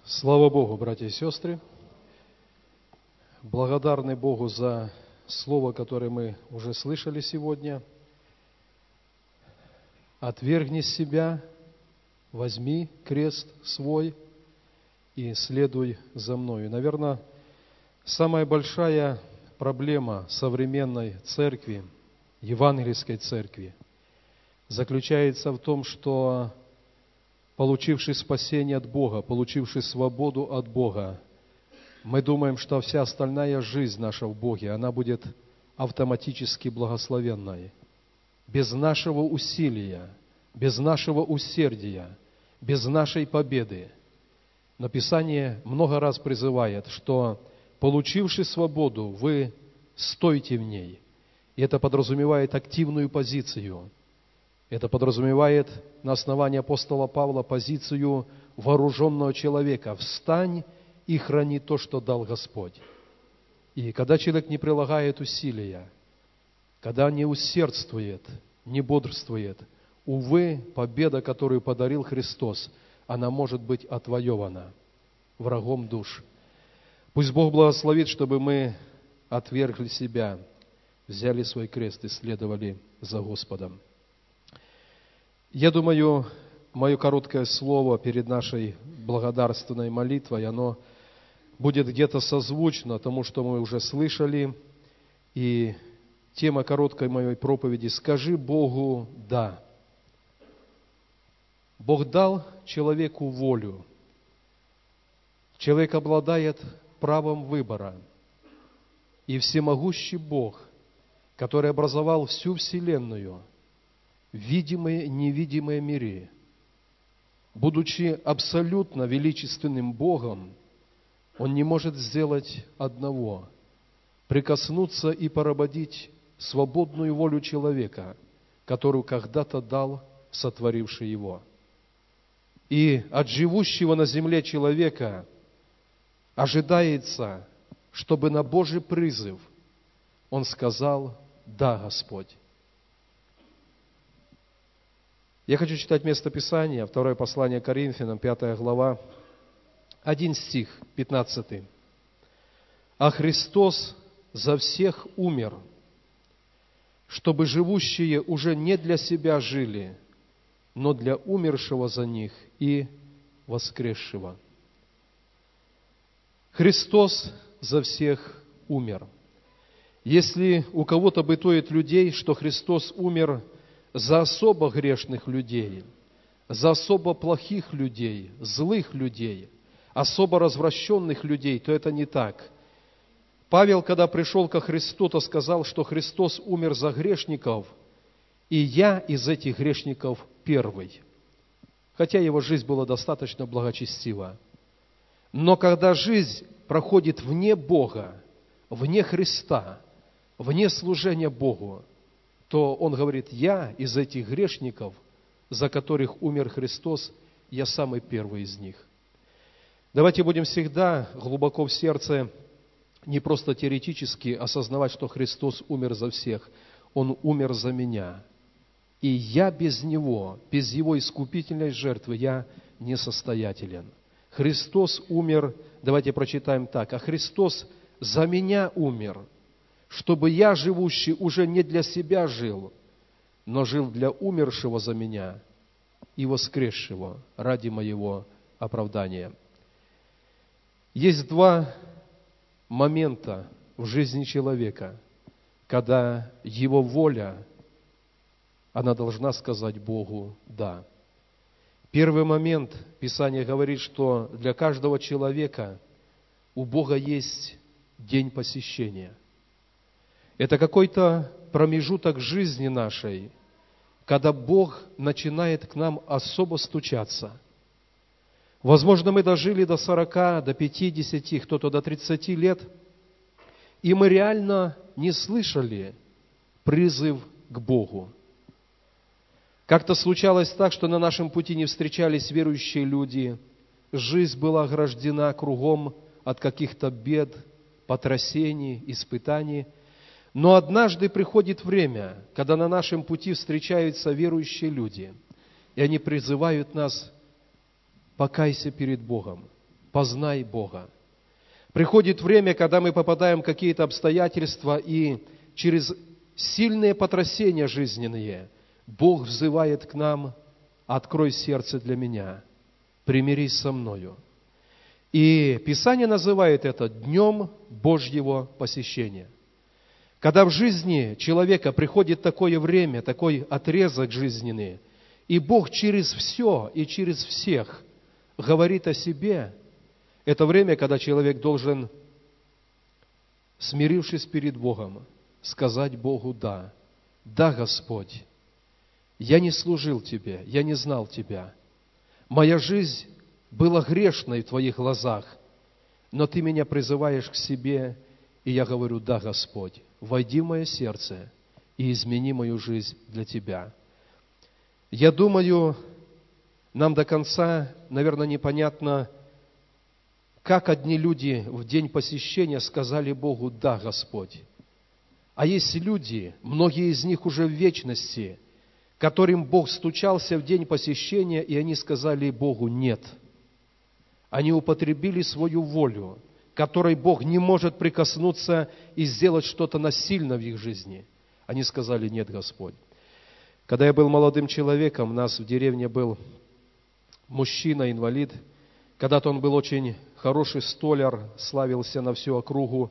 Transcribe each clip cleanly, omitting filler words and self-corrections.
Слава Богу, братья и сестры! Благодарны Богу за слово, которое мы уже слышали сегодня. Отвергни себя, возьми крест свой и следуй за мною. Наверное, самая большая проблема современной церкви, евангельской церкви, заключается в том, что получивший спасение от Бога, получивший свободу от Бога, мы думаем, что вся остальная жизнь наша в Боге, она будет автоматически благословенной. Без нашего усилия, без нашего усердия, без нашей победы. Но Писание много раз призывает, что, получивши свободу, вы стойте в ней. И это подразумевает активную позицию. Это подразумевает на основании апостола Павла позицию вооруженного человека. Встань и храни то, что дал Господь. И когда человек не прилагает усилия, когда не усердствует, не бодрствует, увы, победа, которую подарил Христос, она может быть отвоевана врагом душ. Пусть Бог благословит, чтобы мы отвергли себя, взяли свой крест и следовали за Господом. Я думаю, мое короткое слово перед нашей благодарственной молитвой, оно будет где-то созвучно тому, что мы уже слышали. И тема короткой моей проповеди «Скажи Богу «да». Бог дал человеку волю. Человек обладает правом выбора. И всемогущий Бог, который образовал всю вселенную, видимые и невидимые миры, будучи абсолютно величественным Богом, Он не может сделать одного – прикоснуться и поработить свободную волю человека, которую когда-то дал сотворивший его. И от живущего на земле человека ожидается, чтобы на Божий призыв он сказал «Да, Господь». Я хочу читать место Писания, второе послание Коринфянам, 5 глава, 1 стих, 15. «А Христос за всех умер, чтобы живущие уже не для себя жили, но для умершего за них и воскресшего». Христос за всех умер. Если у кого-то бытует людей, что Христос умер за особо грешных людей, за особо плохих людей, злых людей, особо развращенных людей, то это не так. Павел, когда пришел ко Христу, то сказал, что Христос умер за грешников, и я из этих грешников первый. Хотя его жизнь была достаточно благочестива. Но когда жизнь проходит вне Бога, вне Христа, вне служения Богу, то он говорит, я из этих грешников, за которых умер Христос, я самый первый из них. Давайте будем всегда глубоко в сердце не просто теоретически осознавать, что Христос умер за всех, Он умер за меня. И я без Него, без Его искупительной жертвы, я несостоятелен. Христос умер, давайте прочитаем так, а Христос за меня умер, чтобы я, живущий, уже не для себя жил, но жил для умершего за меня и воскресшего ради моего оправдания. Есть два момента в жизни человека, когда его воля, она должна сказать Богу «да». Первый момент, Писание говорит, что для каждого человека у Бога есть день посещения. Это какой-то промежуток жизни нашей, когда Бог начинает к нам особо стучаться. Возможно, мы дожили до 40, до 50, кто-то до 30 лет, и мы реально не слышали призыв к Богу. Как-то случалось так, что на нашем пути не встречались верующие люди, жизнь была ограждена кругом от каких-то бед, потрясений, испытаний. Но однажды приходит время, когда на нашем пути встречаются верующие люди, и они призывают нас: покайся перед Богом, познай Бога. Приходит время, когда мы попадаем в какие-то обстоятельства, и через сильные потрясения жизненные Бог взывает к нам: открой сердце для меня, примирись со мною. И Писание называет это днем Божьего посещения. Когда в жизни человека приходит такое время, такой отрезок жизненный, и Бог через все и через всех говорит о себе, это время, когда человек должен, смирившись перед Богом, сказать Богу: да, да, Господь, я не служил Тебе, я не знал Тебя. Моя жизнь была грешной в Твоих глазах, но Ты меня призываешь к себе, и я говорю: да, Господь, войди в мое сердце и измени мою жизнь для Тебя. Я думаю, нам до конца, наверное, непонятно, как одни люди в день посещения сказали Богу: да, Господь. А есть люди, многие из них уже в вечности, которым Бог стучался в день посещения, и они сказали Богу: нет. Они употребили свою волю, которой Бог не может прикоснуться и сделать что-то насильно в их жизни. Они сказали: нет, Господь. Когда я был молодым человеком, у нас в деревне был мужчина, инвалид. Когда-то он был очень хороший столяр, славился на всю округу,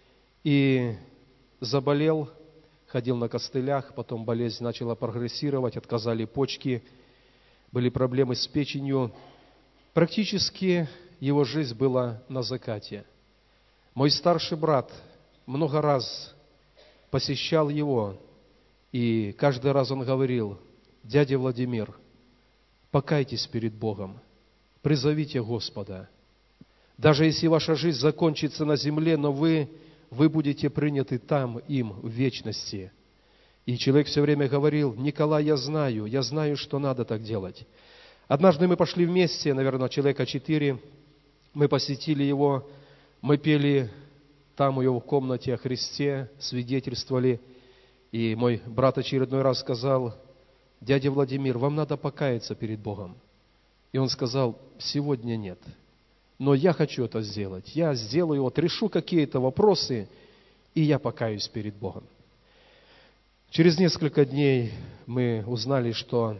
и заболел, ходил на костылях, потом болезнь начала прогрессировать, отказали почки, были проблемы с печенью. Практически его жизнь была на закате. Мой старший брат много раз посещал его, и каждый раз он говорил: дядя Владимир, покайтесь перед Богом, призовите Господа. Даже если ваша жизнь закончится на земле, но вы будете приняты там, им, в вечности. И человек все время говорил: Николай, я знаю, что надо так делать. Однажды мы пошли вместе, наверное, человека 4, мы посетили его, мы пели там у его в комнате о Христе, свидетельствовали. И мой брат очередной раз сказал: дядя Владимир, вам надо покаяться перед Богом. И он сказал: сегодня нет. Но я хочу это сделать. Я сделаю, вот решу какие-то вопросы, и я покаюсь перед Богом. Через несколько дней мы узнали, что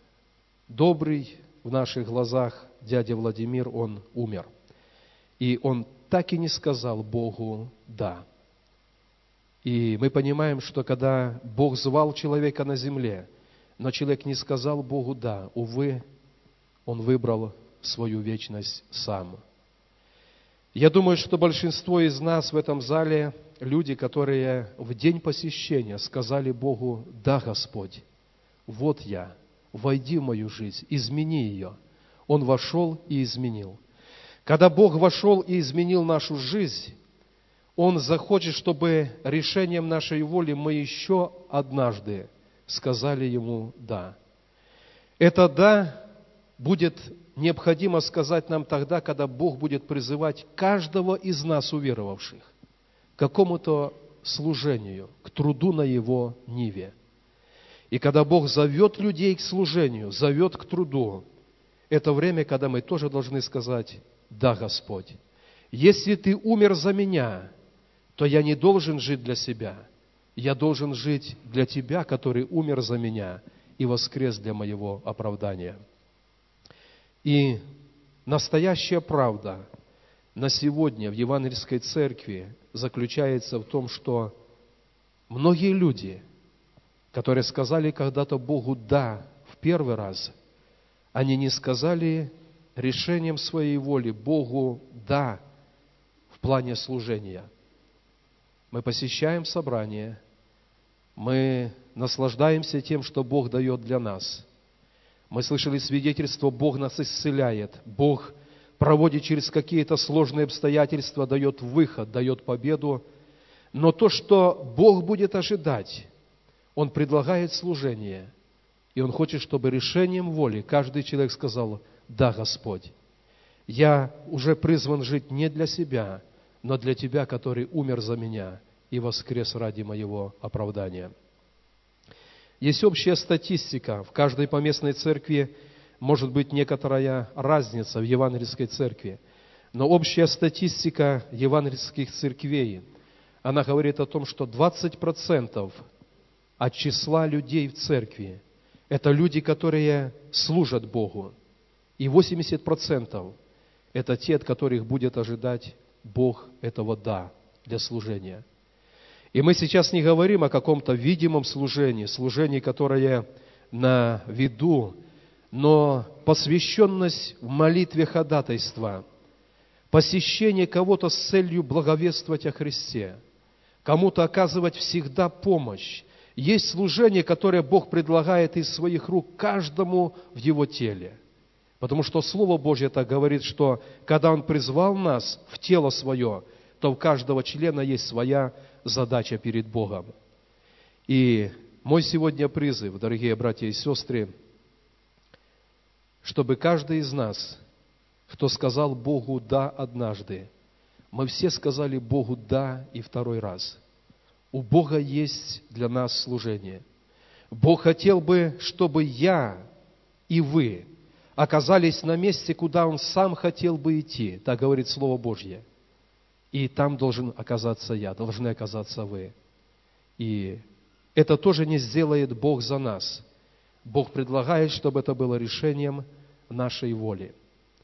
добрый в наших глазах дядя Владимир, он умер. И он так и не сказал Богу «да». И мы понимаем, что когда Бог звал человека на земле, но человек не сказал Богу «да», увы, он выбрал свою вечность сам. Я думаю, что большинство из нас в этом зале люди, которые в день посещения сказали Богу: «Да, Господь, вот я, войди в мою жизнь, измени ее». Он вошел и изменил. Когда Бог вошел и изменил нашу жизнь, Он захочет, чтобы решением нашей воли мы еще однажды сказали Ему «да». Это «да» будет необходимо сказать нам тогда, когда Бог будет призывать каждого из нас, уверовавших, к какому-то служению, к труду на Его ниве. И когда Бог зовет людей к служению, зовет к труду, это время, когда мы тоже должны сказать: «Да, Господь, если Ты умер за меня, то я не должен жить для себя, я должен жить для Тебя, который умер за меня и воскрес для моего оправдания». И настоящая правда на сегодня в Евангельской церкви заключается в том, что многие люди, которые сказали когда-то Богу «да» в первый раз, они не сказали решением своей воли Богу «да» в плане служения. Мы посещаем собрание, мы наслаждаемся тем, что Бог дает для нас. Мы слышали свидетельство: Бог нас исцеляет, Бог проводит через какие-то сложные обстоятельства, дает выход, дает победу. Но то, что Бог будет ожидать, Он предлагает служение, и Он хочет, чтобы решением воли каждый человек сказал: «Да, Господь, я уже призван жить не для себя, но для Тебя, который умер за меня и воскрес ради моего оправдания». Есть общая статистика. В каждой поместной церкви может быть некоторая разница в евангельской церкви. Но общая статистика евангельских церквей, она говорит о том, что 20% от числа людей в церкви – это люди, которые служат Богу. И 80% – это те, от которых будет ожидать Бог этого «да» для служения. И мы сейчас не говорим о каком-то видимом служении, которое на виду, но посвященность в молитве ходатайства, посещение кого-то с целью благовествовать о Христе, кому-то оказывать всегда помощь. Есть служение, которое Бог предлагает из своих рук каждому в его теле. Потому что Слово Божье так говорит, что когда Он призвал нас в тело свое, то у каждого члена есть своя задача перед Богом. И мой сегодня призыв, дорогие братья и сестры, чтобы каждый из нас, кто сказал Богу «да» однажды, мы все сказали Богу «да» и второй раз. У Бога есть для нас служение. Бог хотел бы, чтобы я и вы оказались на месте, куда Он сам хотел бы идти. Так говорит Слово Божье. И там должен оказаться я, должны оказаться вы. И это тоже не сделает Бог за нас. Бог предлагает, чтобы это было решением нашей воли.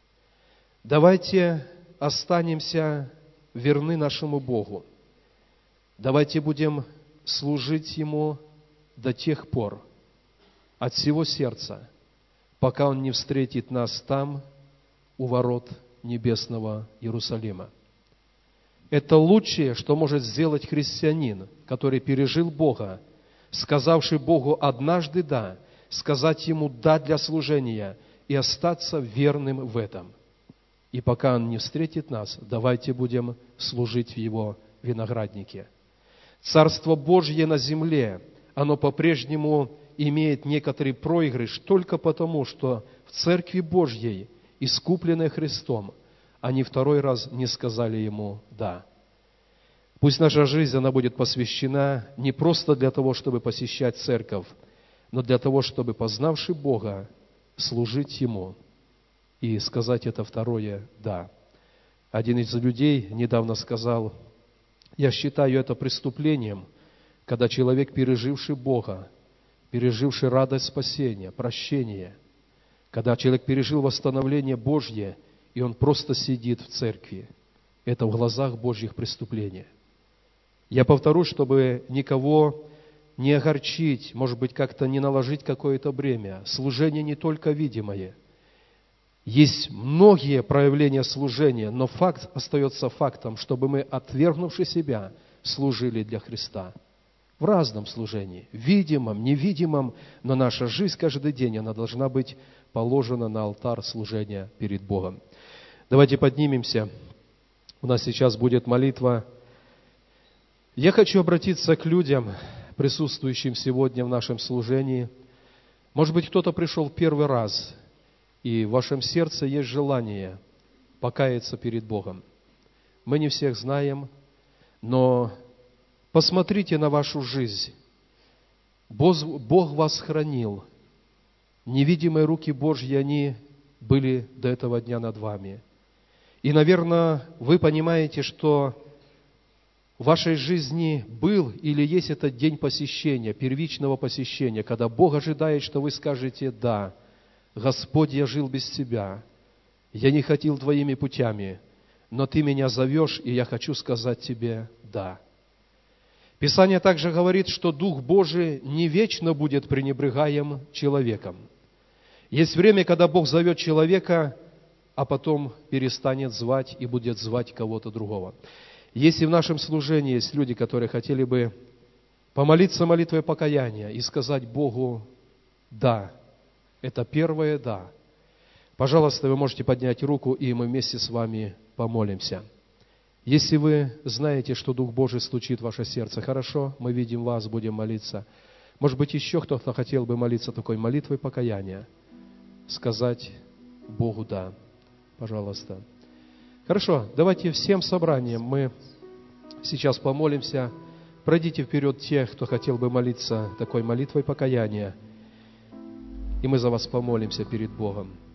Давайте останемся верны нашему Богу. Давайте будем служить Ему до тех пор, от всего сердца, пока Он не встретит нас там, у ворот небесного Иерусалима. Это лучшее, что может сделать христианин, который пережил Бога, сказавший Богу однажды «да», сказать Ему «да» для служения и остаться верным в этом. И пока Он не встретит нас, давайте будем служить в Его винограднике. Царство Божье на земле, оно по-прежнему имеет некоторый проигрыш только потому, что в Церкви Божьей, искупленной Христом, они второй раз не сказали Ему «да». Пусть наша жизнь, она будет посвящена не просто для того, чтобы посещать церковь, но для того, чтобы, познавши Бога, служить Ему и сказать это второе «да». Один из людей недавно сказал: «Я считаю это преступлением, когда человек, переживший Бога, переживший радость спасения, прощения, когда человек пережил восстановление Божье, и он просто сидит в церкви. Это в глазах Божьих преступление». Я повторюсь, чтобы никого не огорчить, может быть, как-то не наложить какое-то бремя. Служение не только видимое. Есть многие проявления служения, но факт остается фактом, чтобы мы, отвергнувши себя, служили для Христа. В разном служении, видимом, невидимом, но наша жизнь каждый день, она должна быть положена на алтарь служения перед Богом. Давайте поднимемся. У нас сейчас будет молитва. Я хочу обратиться к людям, присутствующим сегодня в нашем служении. Может быть, кто-то пришел в первый раз, и в вашем сердце есть желание покаяться перед Богом. Мы не всех знаем, но посмотрите на вашу жизнь. Бог вас хранил. Невидимые руки Божьи, они были до этого дня над вами. И, наверное, вы понимаете, что в вашей жизни был или есть этот день посещения, первичного посещения, когда Бог ожидает, что вы скажете «да». Господь, я жил без Тебя, я не ходил Твоими путями, но Ты меня зовешь, и я хочу сказать Тебе «да». Писание также говорит, что Дух Божий не вечно будет пренебрегаем человеком. Есть время, когда Бог зовет человека, а потом перестанет звать и будет звать кого-то другого. Если в нашем служении есть люди, которые хотели бы помолиться молитвой покаяния и сказать Богу «да», это первое «да», пожалуйста, вы можете поднять руку, и мы вместе с вами помолимся. Если вы знаете, что Дух Божий стучит в ваше сердце, хорошо, мы видим вас, будем молиться. Может быть, еще кто-то хотел бы молиться такой молитвой покаяния, сказать Богу «да». Пожалуйста. Хорошо, давайте всем собранием мы сейчас помолимся. Пройдите вперед те, кто хотел бы молиться такой молитвой покаяния, и мы за вас помолимся перед Богом.